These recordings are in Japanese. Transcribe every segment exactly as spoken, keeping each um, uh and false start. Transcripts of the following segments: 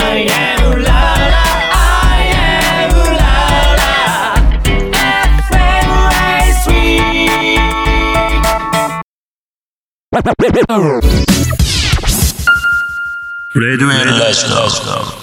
I am la la I am la la エフエムエースリー レディオエルラジオ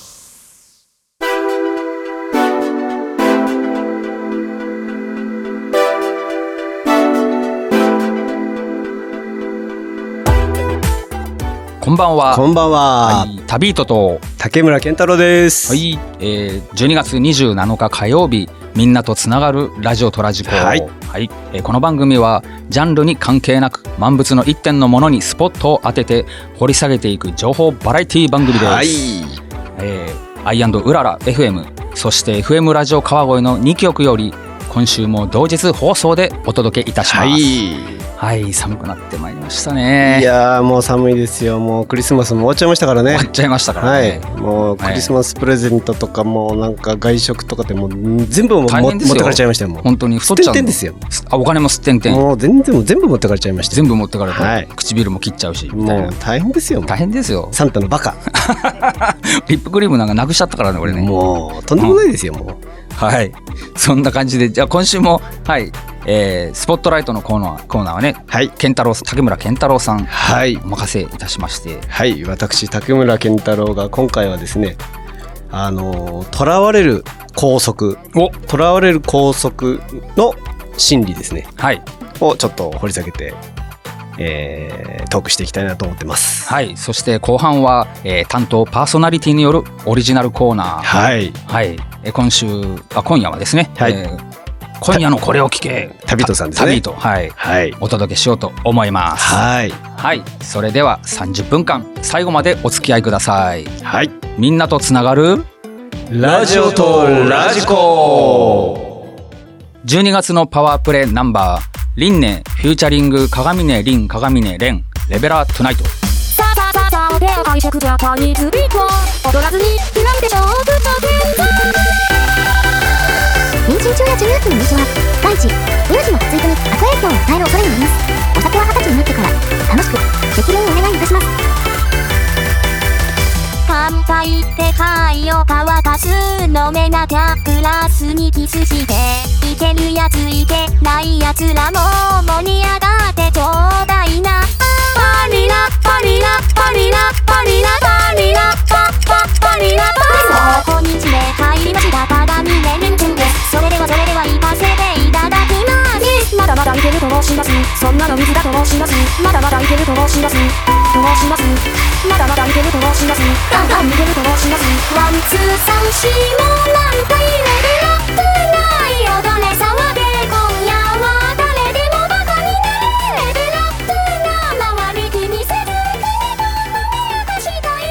こんばんは。 こんばんは。 はい、旅人と竹村健太郎です。 はい、えー、じゅうにがつにじゅうなのか火曜日、みんなとつながるラジオトラジコ。 はい、 はいえー、この番組はジャンルに関係なく万物の一点のものにスポットを当てて掘り下げていく情報バラエティ番組です。 はい、 えー、アイアンドうらら エフエム、そして エフエム ラジオ川越のにきょくより今週も同日放送でお届けいたします。 はいはい、寒くなってまいりましたね。 いやーもう寒いですよ。もうクリスマスも終わっちゃいましたからね。 終わっちゃいましたからね。 はい、もうクリスマスプレゼントとかもうなんか外食とかでもう全部も持ってかれちゃいましたよ。もう本当に太っちゃうの。 すってんてんですよ。 あ、お金もすってんてん。 もう全然も全部持ってかれちゃいました。 全部持ってかれた、 はい、 唇も切っちゃうしみたいな。もう大変ですよ。 大変ですよ。 サンタのバカリップクリームなんかなくしちゃったからねこれね。 もうとんでもないですよ、うん、もうはい、そんな感じで、じゃあ今週もはい、えー、スポットライトのコーナーコーナーはね、はい、健太郎竹村健太郎さん、はい、お任せいたしまして、 はい、私竹村健太郎が今回はですね、あの囚われる拘束を囚われる拘束の心理ですね、はい、をちょっと掘り下げて、えー、トークしていきたいなと思ってます。 はい、そして後半は、えー、担当パーソナリティによるオリジナルコーナー、はいはい、えー、今週あ今夜はですね、はい、えー、今夜のこれを聞け旅人さんですね。 旅人、はい、はい、お届けしようと思います。はい、はい、それではさんじゅっぷんかん最後までお付き合いください。はい、みんなとつながるラジオとラジコ。 じゅうにがつのパワープレイナンバーリンネフューチャリング鏡音凛鏡音蓮レベラートゥナイト。 さあさあさあさあ手を解釈じゃパニーズビート踊らずになんでしょうぶちゃけ妊娠中や授乳期の妊娠は第一乳児の発育に悪影響を与える恐れがあります。お酒は二十歳になってから楽しく適量をお願いいたします。乾杯って会を乾かす飲めなきゃグラスにキスしていけるやついけないやつらも盛り上がってちょうだいな。パリラパリラパリラパリラパリラパパパリラパこんにちは入りました鏡音蓮くんです。それではそれでは行かせていただきます。まだまだいけると申します。そんなの水だと申します。まだまだいけると申します。と申します。まだまだいけると申します。ガンガンいけると申します。ワンツーサンシーもなんか入れてラップない踊れ騒げ今夜は誰でもバカになれレベルアップな周り気にせず君の目明かしたい。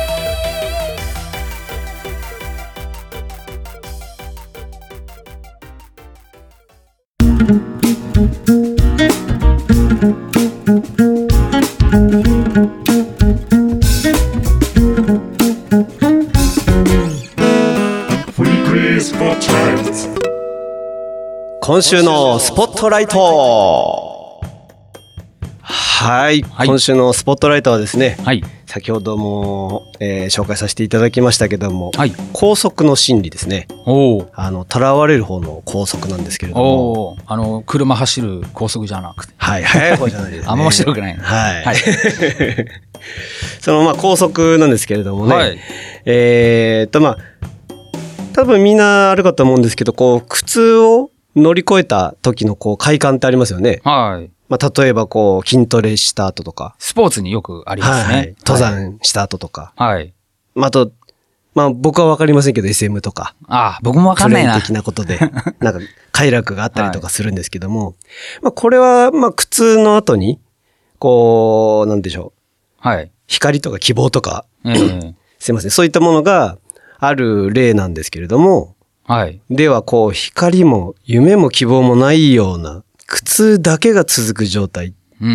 今週のスポットライト。はい、はい、今週のスポットライトはですね、はい、先ほども、えー、紹介させていただきましたけども、はい、拘束の心理ですね。おあの囚われる方の拘束なんですけれども、 おあの車走る高速じゃなくて、 はい、速い方じゃないですね。 あんま面白くない、 はい、はい、そのまあ拘束なんですけれどもね、はい、えー、っとまあ多分みんなあるかと思うんですけど、こう苦痛を乗り越えた時のこう快感ってありますよね。はい。まあ例えばこう筋トレした後とか、 スポーツによくありますね。はい、 登山した後とか、はい。まあ、あとまあ僕はわかりませんけど エスエム とか、 ああ僕もわかんないな。 プレイ的なことでなんか快楽があったりとかするんですけども、はい、まあこれはまあ苦痛の後にこうなんでしょう。はい。光とか希望とか、えー、すいませんそういったものがある例なんですけれども。はい。では、こう、光も夢も希望もないような苦痛だけが続く状態。うん。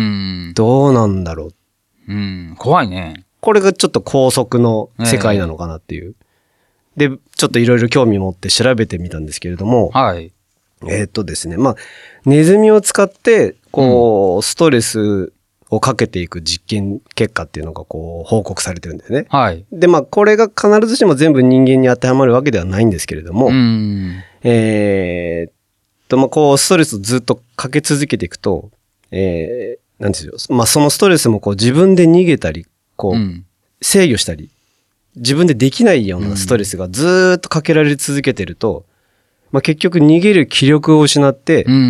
どうなんだろう。 うん。怖いね。 これがちょっと拘束の世界なのかなっていう。えー、で、ちょっといろいろ興味持って調べてみたんですけれども。はい。えー、っとですね。まあ、ネズミを使って、こう、うん、ストレスをかけていく実験結果っていうのがこう報告されてるんですね。 はい。 で、まあこれが必ずしも全部人間に当てはまるわけではないんですけれども、 うん、 えー、っと、まあこうストレスをずっとかけ続けていくと、えー、なんですよ。まあそのストレスもこう自分で逃げたり、こう、うん、制御したり、自分でできないようなストレスがずーっとかけられ続けてると、まあ、結局逃げる気力を失って、 うん、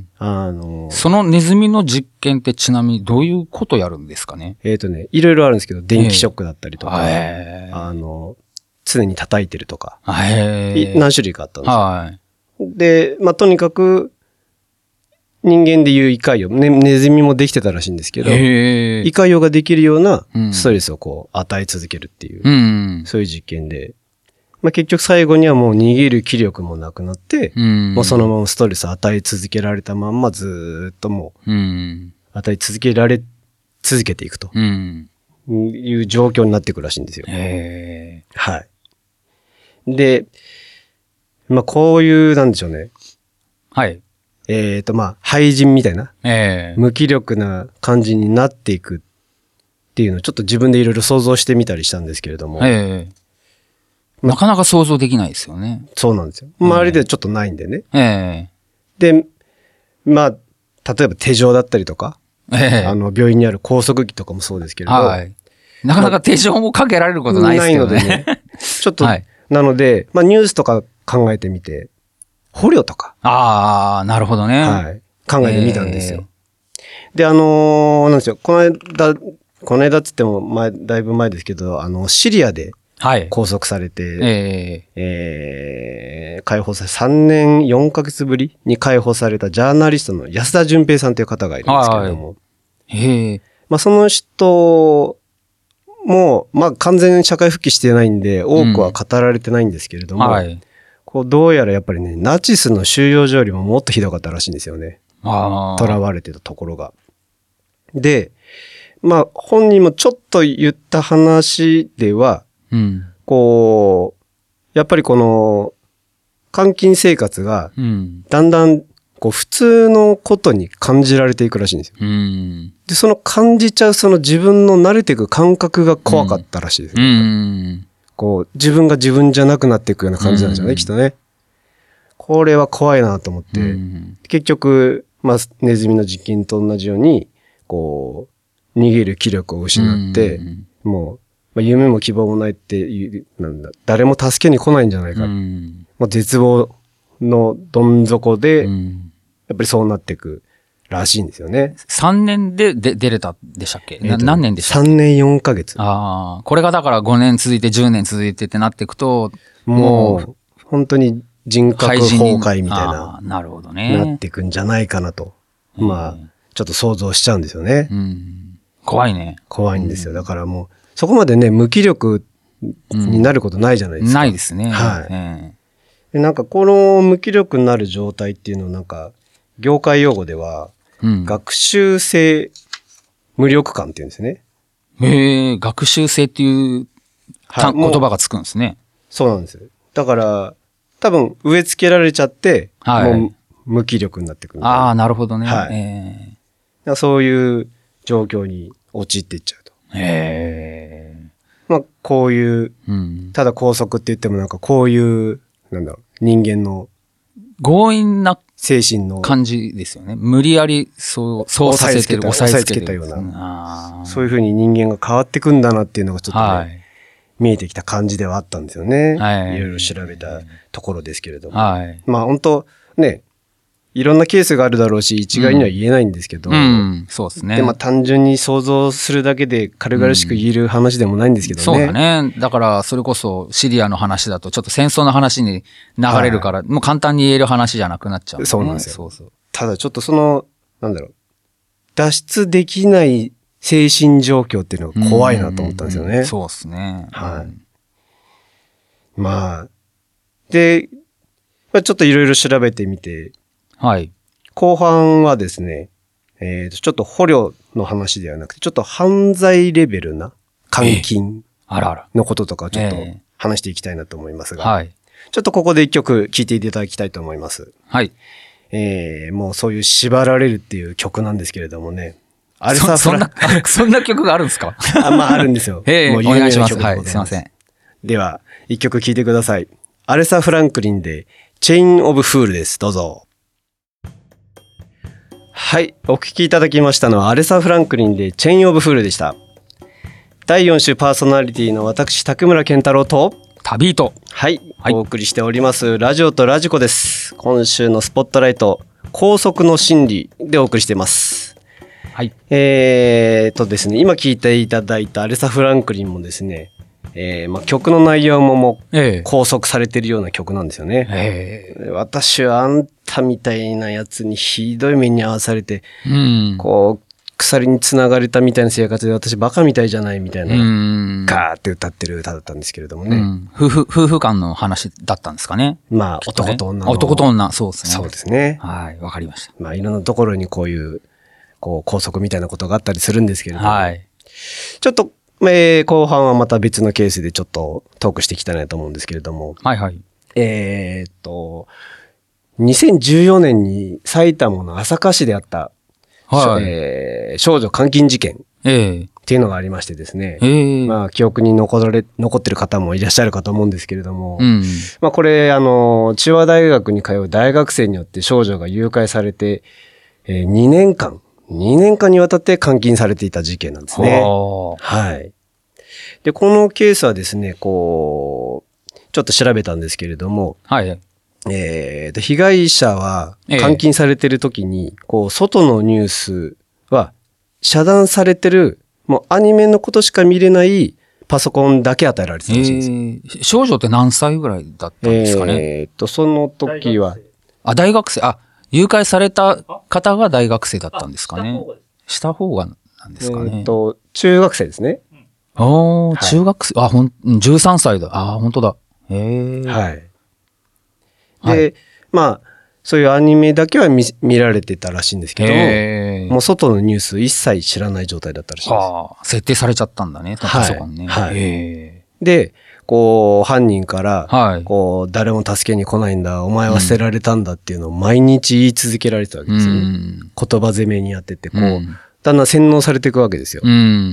あの、 そのネズミの実験ってちなみにどういうことやるんですかね？ えっとね、いろいろあるんですけど、電気ショックだったりとか、 えー、 あの、常に叩いてるとか、 えー、 何種類かあったんですよ。 はい、 で、まあ、とにかく、人間でいう胃潰瘍、ね、ネズミもできてたらしいんですけど、 えー、 胃潰瘍ができるようなストレスをこう与え続けるっていう、 うん、 そういう実験で、まあ、結局最後にはもう逃げる気力もなくなって、うん、もうそのままストレス与え続けられたまんまずーっともう、与え続けられ続けていくと、いう状況になっていくらしいんですよ。 へー、 はい。で、まあこういう、なんでしょうね。 はい。 えっとまあ、廃人みたいな、 えー、 無気力な感じになっていくっていうのをちょっと自分でいろいろ想像してみたりしたんですけれども、 えーなかなか想像できないですよね。 そうなんですよ。周りでちょっとないんでね。 ええで、まあ、例えば手錠だったりとか、 ええあの、病院にある拘束器とかもそうですけれど、 はい。なかなか手錠もかけられることないですけどね。 ないのでね。ちょっと、はい、なので、まあニュースとか考えてみて、捕虜とか。 ああ、なるほどね。 はい。考えてみたんですよ。えー、で、あのー、なんですよ。この間、この間っつっても前、だいぶ前ですけど、あの、シリアで、 はい。 拘束されて、 えー、 えー、解放され、さんねんよんかげつぶりに解放されたジャーナリストの安田純平さんという方がいるんですけれども、はい、 へえ。 まあその人も、まあ完全に社会復帰してないんで、多くは語られてないんですけれども、うん、はい、こうどうやらやっぱりね、ナチスの収容所よりももっとひどかったらしいんですよね。 あ囚われてたところが。で、まあ本人もちょっと言った話では、 うん、 こう、やっぱりこの、監禁生活が、だんだん、こう、普通のことに感じられていくらしいんですよ。 うん、 で、その感じちゃう、その自分の慣れていく感覚が怖かったらしいです、ね、 うん、 こう、自分が自分じゃなくなっていくような感じなんでしょうね、うん、きっとね。これは怖いなと思って、うん、結局、まあ、ネズミの実験と同じように、こう、逃げる気力を失って、うん、もう、まあ、夢も希望もないっていう、なんだ、誰も助けに来ないんじゃないか。うん、まあ、絶望のどん底で、うん、やっぱりそうなっていくらしいんですよね。 さんねんでで出れたんでしたっけ、えー、何年でしたっけ ?さんねんよんかげつ。 ああ、これがだからごねん続いてじゅうねん続いてってなっていくと、 もう、本当に人格崩壊みたいな、 なるほどね。 なっていくんじゃないかなと。まあ、ちょっと想像しちゃうんですよね。 うん、怖いね。 怖いんですよ。だからもう、そこまでね、無気力になることないじゃないですか。 うん、ないですね。 はい、 えー。で、なんかこの無気力になる状態っていうのをなんか、業界用語では、うん、学習性無力感っていうんですね。 へえ、学習性っていう、はい、言葉がつくんですね。 そうなんですよ。だから、多分植え付けられちゃって、はい、もう無気力になってくる。 ああ、なるほどね。 はい、えー、そういう状況に陥っていっちゃうと。 へえ。 まあ、こういう、うん、ただ拘束って言ってもなんかこういう、なんだろう、人間の強引な精神の感じですよね。無理やりそう、そうさせてる、 押さえつけたような。そういうふうに人間が変わってくんだなっていうのがちょっと、ね、はい、見えてきた感じではあったんですよね。はい。いろいろ調べたところですけれども。はい。まあ本当ね、いろんなケースがあるだろうし、一概には言えないんですけど。 うん、うん、そうですね。 で、まあ単純に想像するだけで軽々しく言える話でもないんですけどね。 そうだね。だからそれこそシリアの話だとちょっと戦争の話に流れるから、はい、もう簡単に言える話じゃなくなっちゃう、ね。 そうなんですよ。そうそう。ただちょっとその、なんだろう、脱出できない精神状況っていうのが怖いなと思ったんですよね。 うんうんうん、そうですね。 はい。まあ、で、まあ、ちょっといろいろ調べてみて、 はい。 後半はですね、えー、ちょっと捕虜の話ではなくて、ちょっと犯罪レベルな監禁のこととかをちょっと話していきたいなと思いますが、 はい。 ちょっとここで一曲聴いていただきたいと思います。 はい。 えー、もうそういう縛られるっていう曲なんですけれどもね、 アレサ・フランクリン。そんな曲があるんですか？ あ、まああるんですよ。 ええ、 もうお願いします。はい、すいません。 では、一曲聴いてください。アレサ・フランクリンで、チェイン・オブ・フールです。どうぞ。はい。お聴きいただきましたのは、アレサ・フランクリンで、チェイン・オブ・フールでした。だいよん週パーソナリティの私、竹村健太郎と、 旅人。 はい。はい、お送りしております、ラジオとラジコです。今週のスポットライト、高速の心理でお送りしています。 はい。 えーとですね、今聴いていただいたアレサ・フランクリンもですね、えーまあ、曲の内容ももう拘束されているような曲なんですよね。えー、私はあんたみたいなやつにひどい目に遭わされて、うん、こう鎖につながれたみたいな生活で私バカみたいじゃないみたいな、うん、ガーって歌ってる歌だったんですけれどもね。うん、 夫婦、夫婦間の話だったんですかね。 まあ、男と女の。 男と女、そうですね。 そうですね。 はい、わかりました。 まあ、いろんなところにこういう、こう、拘束みたいなことがあったりするんですけれども。はい。ちょっと、えー、後半はまた別のケースでちょっとトークしていきたいなと思うんですけれども。 はいはい。 えーっと、にせんじゅうよねんに埼玉の朝霞市であった、はい、えー、少女監禁事件っていうのがありましてですね。えー、まあ記憶に残られ、残ってる方もいらっしゃるかと思うんですけれども。うん、まあこれ、あの、中和大学に通う大学生によって少女が誘拐されて、えー、にねんかん、にねんかんにわたって監禁されていた事件なんですね。はい。で、このケースはですね、こう、ちょっと調べたんですけれども、はい。えーと、被害者は監禁されてる時に、ええ、こう、外のニュースは遮断されてる、もうアニメのことしか見れないパソコンだけ与えられてたらしいんです。 えー、少女って何歳ぐらいだったんですかね？ えーと、その時は、 あ、大学生、あ、誘拐された方が大学生だったんですかね。した方がなんですかね。 えーと、中学生ですね。 ああ、はい、中学生、あ、ほん、じゅうさんさいだ。ああ、本当だ。へえ。 はい。で、はい、まあ、そういうアニメだけは 見, 見られてたらしいんですけども、もう外のニュース一切知らない状態だったらしいです。 はあ、設定されちゃったんだね、パソコンね。 はい。はい、で、こう、犯人から、はい、こう、誰も助けに来ないんだ、お前は捨てられたんだっていうのを毎日言い続けられてたわけですよね。うん、言葉攻めにやってて、こう、うん、だんだん洗脳されていくわけですよ。うん、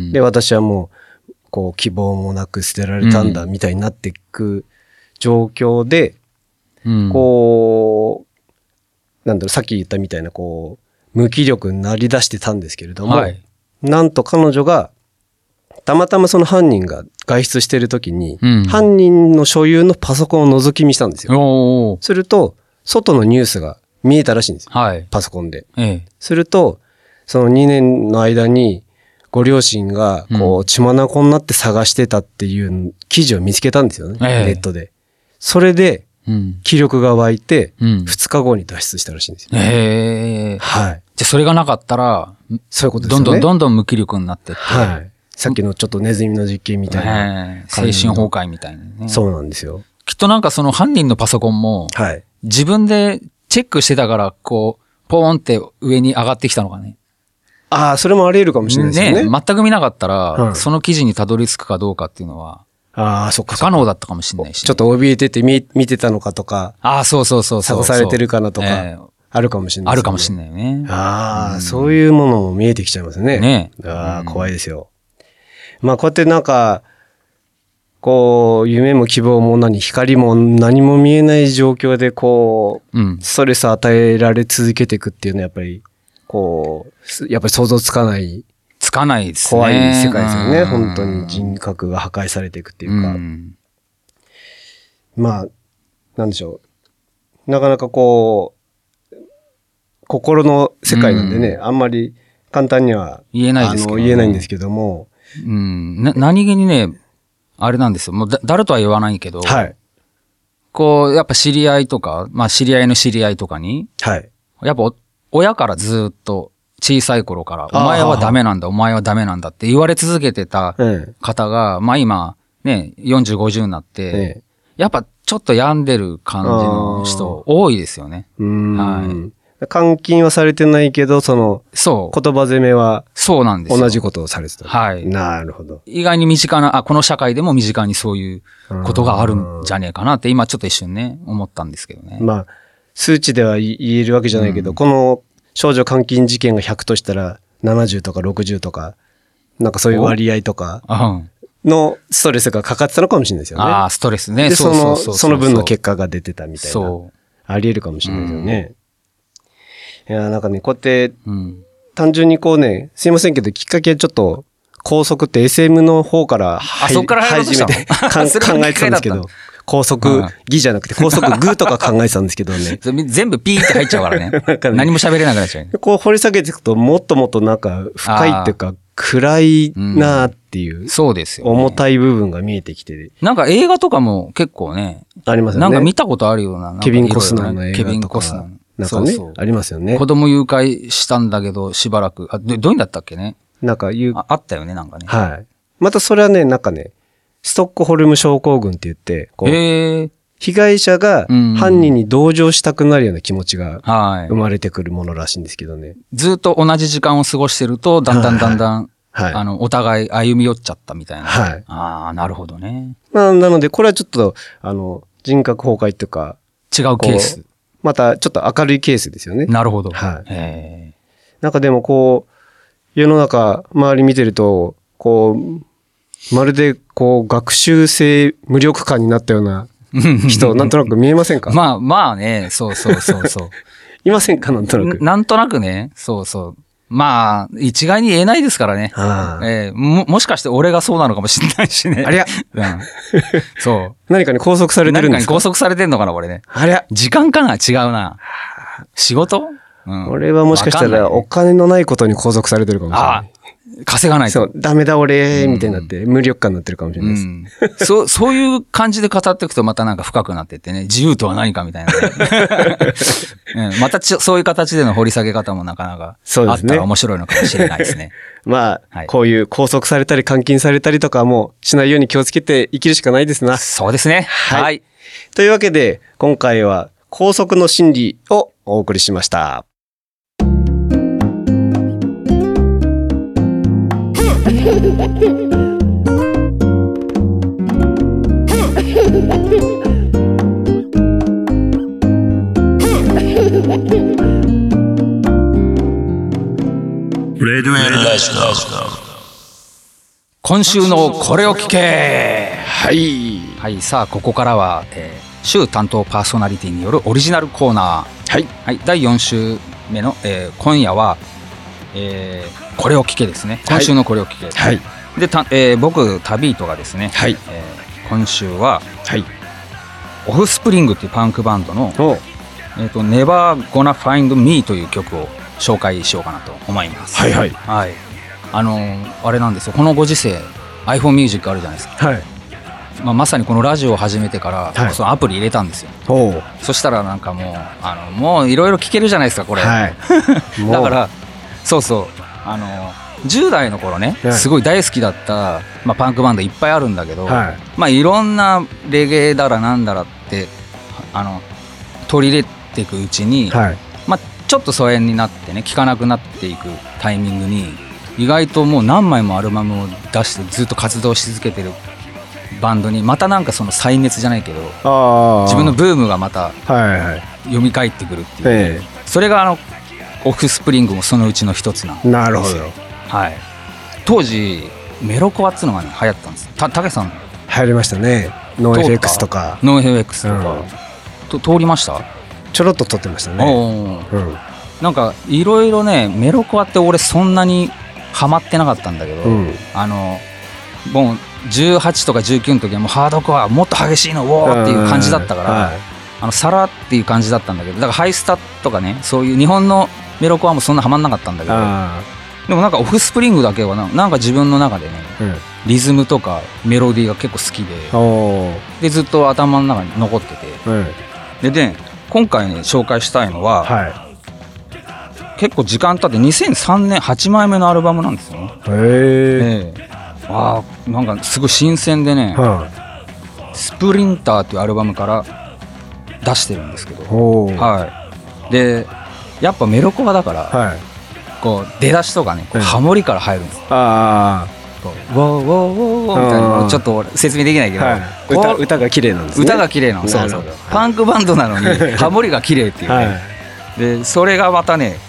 で、私はもう、こう、希望もなく捨てられたんだ、みたいになっていく状況で、うん、こう、なんだろう、さっき言ったみたいな、こう、無気力になり出してたんですけれども、はい、なんと彼女が、たまたまその犯人が外出している時に、うん、犯人の所有のパソコンを覗き見したんですよ。すると、外のニュースが見えたらしいんですよ。はい、パソコンで、ええ。すると、そのにねんの間に、ご両親が、こう、血眼になって探してたっていう記事を見つけたんですよね。ええ、ネットで。それで、うん、気力が湧いて、ふつかごに脱出したらしいんですよ。 へー。はい。じゃあそれがなかったら、 そういうことですね。 どんどんどんどん無気力になってって。 はい。さっきのちょっとネズミの実験みたいな。 精神崩壊みたいなね。 そうなんですよ。 きっとなんかその犯人のパソコンも、はい。自分でチェックしてたから、こう、ポーンって上に上がってきたのかね。 ああ、それもあり得るかもしれないですね。 ね、全く見なかったら、うん、その記事にたどり着くかどうかっていうのは、 ああ、そっか。 不可能だったかもしれないし、ね。 ちょっと怯えてて見、見てたのかとか。 ああ、そうそうそうそう。 探されてるかなとか。えー、あるかもしれない、 ね。あるかもしれないよね。 ああ、うん、そういうものも見えてきちゃいますね。ね。ああ、うん、怖いですよ。まあ、こうやってなんか、こう、夢も希望も何、光も何も見えない状況で、こう、うん、ストレス与えられ続けていくっていうのはやっぱり、こう、やっぱり想像つかない。 つかないですね。 怖い世界ですよね。本当に人格が破壊されていくっていうか。うん、まあ、なんでしょう。なかなかこう、心の世界なんでね、うん、あんまり簡単には言えないですけど、ね、 言えないんですけども。 うん。な、何気にね、あれなんですよ。もうだ、誰とは言わないけど、はい。こう、やっぱ知り合いとか、まあ知り合いの知り合いとかに、はい。やっぱ親からずっと、小さい頃から、お前はダメなんだ、お前はダメなんだって言われ続けてた方が、まあ今、ね、よんじゅう、ごじゅうになって、やっぱちょっと病んでる感じの人多いですよね。 はい。監禁はされてないけど、その、そう。言葉攻めは、 そうなんですよ。 同じことをされてた。 はい。 なるほど。 意外に身近な、あ、この社会でも身近にそういうことがあるんじゃねえかなって、今ちょっと一瞬ね、思ったんですけどね。 まあ、数値では言えるわけじゃないけど、うん、この、少女監禁事件がひゃくとしたら、 ななじゅうとかろくじゅうとか、なんかそういう割合とかのストレスがかかってたのかもしれないですよね。 ああ、ストレスね。 で、その、その分の結果が出てたみたいな。そう。あり得るかもしれないですよね。うん、いや、なんかね、こうやって、単純にこうね、すいませんけど、きっかけちょっと、高速って エスエム の方から入り始めて考えてたんですけど、高速ギじゃなくて高速グとか考えてたんですけどね。 全部ピーって入っちゃうからね。なんかね何も喋れなくなっちゃう。 こう掘り下げていくと、もっともっとなんか深いっていうか、暗いなっていう、うん、 そうですよ、 ね。重たい部分が見えてきて。 なんか映画とかも結構ね。 ありますよね。 なんか見たことあるような。 ケビン・コスナーの映画とか。 ケビン・コスナー。 なんかねそうそう、ありますよね。 子供誘拐したんだけど、しばらく。あ、どういうんだったっけね。 なんか言うあ。あったよね、なんかね。 はい。またそれはね、なんかね、ストックホルム症候群って言って、こう、 へー被害者が犯人に同情したくなるような気持ちが生まれてくるものらしいんですけどね。はい、 ずっと同じ時間を過ごしてると、だんだんだんだん、はい、あの、お互い歩み寄っちゃったみたいな。はい。ああ、なるほどね。 まあ、なので、これはちょっと、あの、人格崩壊っていうか、 違うケース。 また、ちょっと明るいケースですよね。 なるほど。 はい。へなんかでもこう、世の中、周り見てると、こう、まるで、こう、学習性無力感になったような人、なんとなく見えませんか？ まあ、まあね、そうそうそうそう。 いませんかなんとなく。 なんとなくね、そうそう。まあ、一概に言えないですからね。あえー、も、もしかして俺がそうなのかもしれないしね。 ありゃ、 うん、そう。 何かに拘束されてるんですか？ 何かに拘束されてんのかな、これね。 ありゃ。 時間かな？違うな。仕事？ うん。俺はもしかしたらお金のないことに拘束されてるかもしれない。ああ稼がないと。 そう、ダメだ俺、みたいになって、うん、無力感になってるかもしれないです。うん、 そう、そういう感じで語っていくとまたなんか深くなってってね、自由とは何かみたいな、ねうん。またちそういう形での掘り下げ方もなかなかあったら面白いのかもしれないですね。 まあ、はい、こういう拘束されたり監禁されたりとかもしないように気をつけて生きるしかないですな。 そうですね。はい。はい、 というわけで、今回は拘束の心理をお送りしました。 今週のこれを聞け。 はい。 はい。さあ、ここからは、えー、週担当パーソナリティによるオリジナルコーナー。 はい。 はい。だいよん週目の、えー、今夜は、えー、これを聞けですね。今週のこれを聞け。 はい。 で、たえー、僕、タビートがですね、 はいえー、今週は、 はい、 オフスプリングっていうパンクバンドの、えーと、Never Gonna Find Me という曲を紹介しようかなと思います。 はいはい。 はい。あのー、あれなんですよ。このご時世、iPhone Music あるじゃないですか。 はい。 まあ、まさにこのラジオを始めてから、はい、そのアプリ入れたんですよ。 おそしたらなんかもう、あの、もういろいろ聴けるじゃないですか、これ。 はい、 だから、そうそう、あのー、じゅう代の頃ね、はい、すごい大好きだった、まあ、パンクバンドいっぱいあるんだけど、はい、まあいろんなレゲエだらなんだらってあの取り入れていくうちに、はい、まあちょっと疎遠になってね聴かなくなっていくタイミングに意外ともう何枚もアルバムを出してずっと活動し続けてるバンドにまたなんかその再熱じゃないけど自分のブームがまた蘇ってくるっていう、はいはい、それがあのオフスプリングもそのうちの一つなんですよ。 なるほど。 はい、当時メロコアっつうのがね流行ったんです。たけさん流行りましたね。ノーエフエックスとかノーエフエックスとか、うん、と通りました。 ちょろっと撮ってましたね。 うん、なんかいろいろねメロコアって俺そんなにハマってなかったんだけど、うん、あのもうじゅうはちとかじゅうきゅうの時はもうハードコアもっと激しいのウォーっていう感じだったから、はい、あのサラっていう感じだったんだけどだからハイスタとかねそういう日本のメロコアもそんなハマんなかったんだけどでもなんかオフスプリングだけは な, なんか自分の中でね、うん、リズムとかメロディーが結構好きででずっと頭の中に残ってて、うん、でで今回ね紹介したいのは、はい、結構時間経ってにせんさんねんはちまいめのアルバムなんですよね。 へえあなんかすごい新鮮でね、はあ、スプリンターっていうアルバムから出してるんですけど、はい、でやっぱメロコアだから、はい、こう出だしとかねこうハモリから入るんです、うん、ああウォーウォーウォーウォーみたいなのちょっと説明できないけど、はい、 歌, 歌が綺麗なんですね。 歌が綺麗なのそうそうパンクバンドなのにハモリが綺麗っていうね、はい、でそれがまたね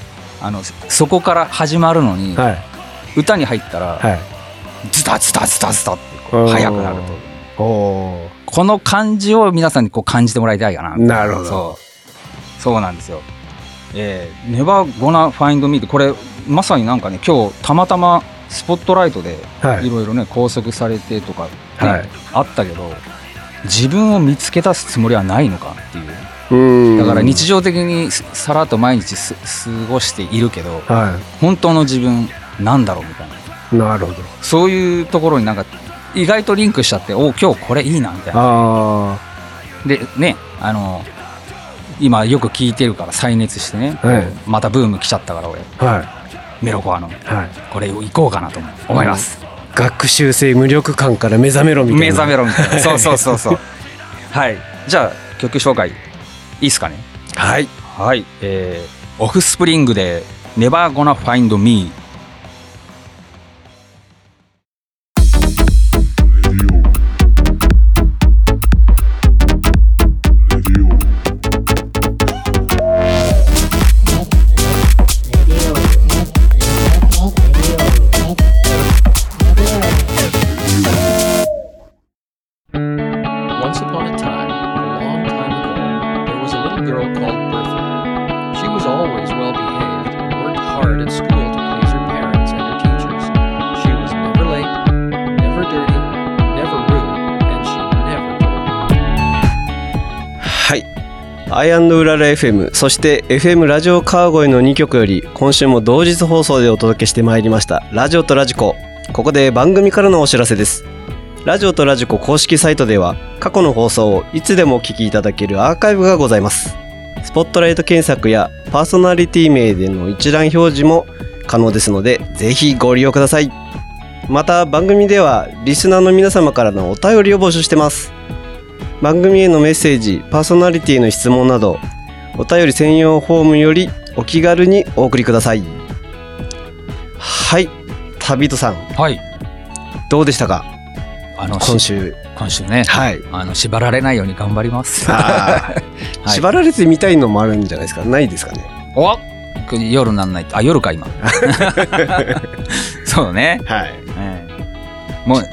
あのそこから始まるのに、 はい、 歌に入ったら、はい、ズタズタズタズタってこう速くなると。おこの感じを皆さんにこう感じてもらいたいかな。 なるほど。 そうそうなんですよ。えー、Never Gonna Find Me ってこれまさになんかね今日たまたまスポットライトでいろいろね拘束されてとか、ねはい、あったけど自分を見つけ出すつもりはないのかっていう。うんだから日常的にさらっと毎日過ごしているけど、はい、本当の自分なんだろうみたいな。なるほど。 そういうところになんか意外とリンクしちゃってお今日これいいなみたいな。あでねあの今よく聞いてるから再熱してね、はい、またブーム来ちゃったから俺、はい、メロコアの、はい、これ行こうかなと思います、うん、 学習性無力感から目覚めろみたいな。 目覚めろみたいなそうそうそうそうはいじゃあ曲紹介いいっすかね。 はいはい、えー、オフスプリングで Never Gonna Find Me。 アイアンドウララ エフエム そして エフエム ラジオ川越のにきょくより今週も同日放送でお届けしてまいりましたラジオとラジコ。ここで番組からのお知らせです。ラジオとラジコ公式サイトでは過去の放送をいつでもお聞きいただけるアーカイブがございます。スポットライト検索やパーソナリティ名での一覧表示も可能ですのでぜひご利用ください。また番組ではリスナーの皆様からのお便りを募集してます。番組へのメッセージ、パーソナリティの質問などお便り専用フォームよりお気軽にお送りください。はい、旅人さん、 はい、 どうでしたかあの今週。 今週ね、はい、あの縛られないように頑張ります。 はい、縛られてみたいのもあるんじゃないですか。ないですかね。 お夜なんないあ夜か今そうね、はい、えー、もう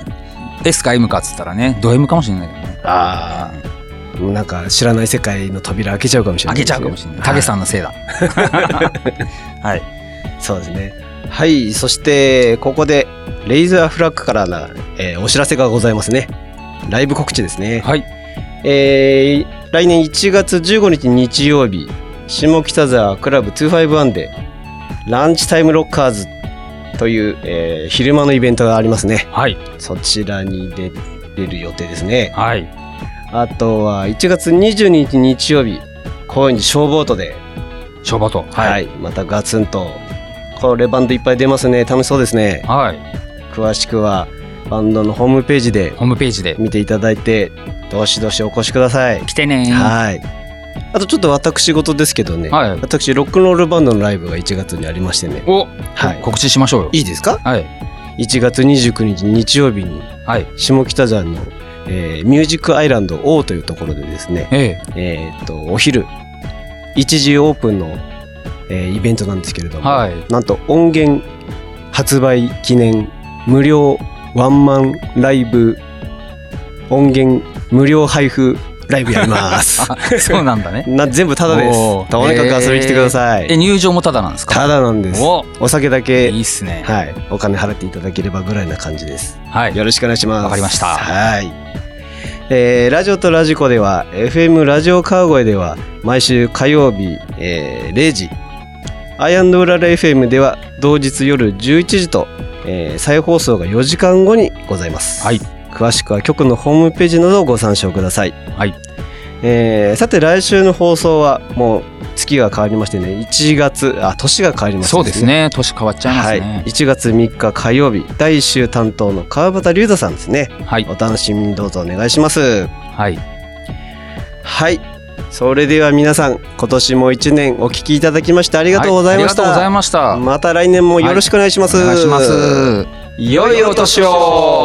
S か M かっつったらねド M かもしれないけどね。ああ、もうなんか知らない世界の扉開けちゃうかもしれない。 開けちゃうかもしれない。影さんのせいだ。 はい、そうですね。はい、そしてここでレイザーフラッグからな、えー、お知らせがございますね。ライブ告知ですね。はい、えー、来年いちがつじゅうごにち日曜日下北沢クラブにひゃくごじゅういちでランチタイムロッカーズという、えー、昼間のイベントがありますね。はい、そちらに出出る予定ですね。はい、あとはいちがつにじゅうににち日曜日高円寺ショーボートでショーボート、はい、はい、 またガツンとこれバンドいっぱい出ますね。楽しそうですね。はい、詳しくはバンドのホームページでホームページで見ていただいてどしどしお越しください。 来てね。 はい、あとちょっと私事ですけどね、はい、私ロックンロールバンドのライブがいちがつにありましてね。お、 はい、告知しましょうよ。 いいですか。はい、いちがつにじゅうくにち日曜日に、はい、下北沢の、えー、ミュージックアイランド O というところでですね、えええー、っとお昼いちじオープンの、えー、イベントなんですけれども、はい、なんと音源発売記念無料ワンマンライブ音源無料配布ライブやりますそうなんだね。 な全部タダです。とにかく遊びに来てください。 えー、入場もタダなんですか。 タダなんです。 お, お酒だけいいっすね。 はい、お金払っていただければぐらいな感じです。はい、よろしくお願いします。 わかりました。 はい、えー、ラジオとラジコでは エフエム ラジオ川越では毎週火曜日、えー、れいじアイアンドウララ エフエム では同日夜じゅういちじと、えー、再放送がよじかんごにございます。はい、詳しくは局のホームページなどをご参照ください。はい、えー、さて来週の放送はもう月が変わりましてね、いちがつあ年が変わりまして、ね、 そうですね、年変わっちゃいますね。はい、 いちがつみっか火曜日だいいっ週担当の川端龍太さんですね。はい、お楽しみにどうぞお願いします。はい、はい、それでは皆さん今年もいちねんお聞きいただきましてありがとうございました。 はい、ありがとうございました。 また来年もよろしくお願いします。 はい、お願いします。 良いお年を。